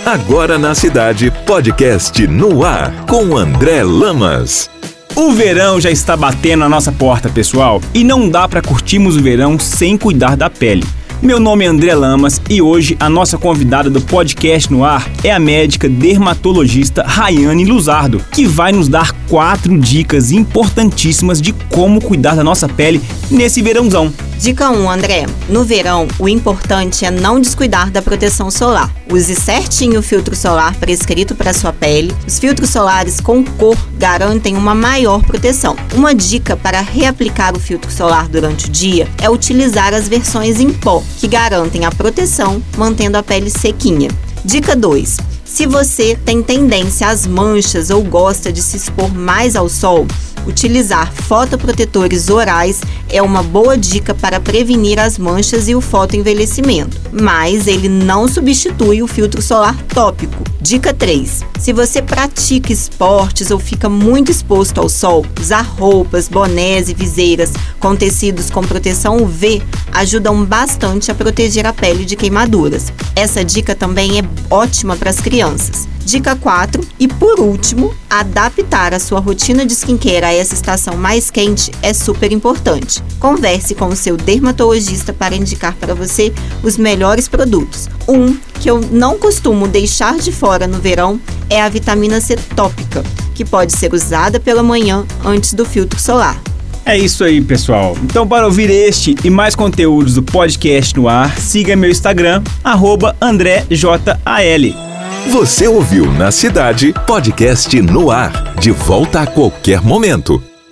Agora na Cidade, podcast no ar, com André Lamas. O verão já está batendo na nossa porta, pessoal, e não dá para curtirmos o verão sem cuidar da pele. Meu nome é André Lamas e hoje a nossa convidada do podcast no ar é a médica dermatologista Rayane Luzardo, que vai nos dar 4 dicas importantíssimas de como cuidar da nossa pele nesse verãozão. Dica 1, André. No verão, o importante é não descuidar da proteção solar. Use certinho o filtro solar prescrito para sua pele. Os filtros solares com cor garantem uma maior proteção. Uma dica para reaplicar o filtro solar durante o dia é utilizar as versões em pó, que garantem a proteção, mantendo a pele sequinha. Dica 2. Se você tem tendência às manchas ou gosta de se expor mais ao sol, utilizar fotoprotetores orais é uma boa dica para prevenir as manchas e o fotoenvelhecimento, mas ele não substitui o filtro solar tópico. Dica 3. Se você pratica esportes ou fica muito exposto ao sol, usar roupas, bonés e viseiras com tecidos com proteção UV ajudam bastante a proteger a pele de queimaduras. Essa dica também é ótima para as crianças. Dica 4. E por último, adaptar a sua rotina de skincare a essa estação mais quente é super importante. Converse com o seu dermatologista para indicar para você os melhores produtos. Um que eu não costumo deixar de fora no verão é a vitamina C tópica, que pode ser usada pela manhã antes do filtro solar. É isso aí, pessoal. Então, para ouvir este e mais conteúdos do podcast no ar, siga meu Instagram, @AndréJAL. Você ouviu na Cidade, podcast no ar, de volta a qualquer momento.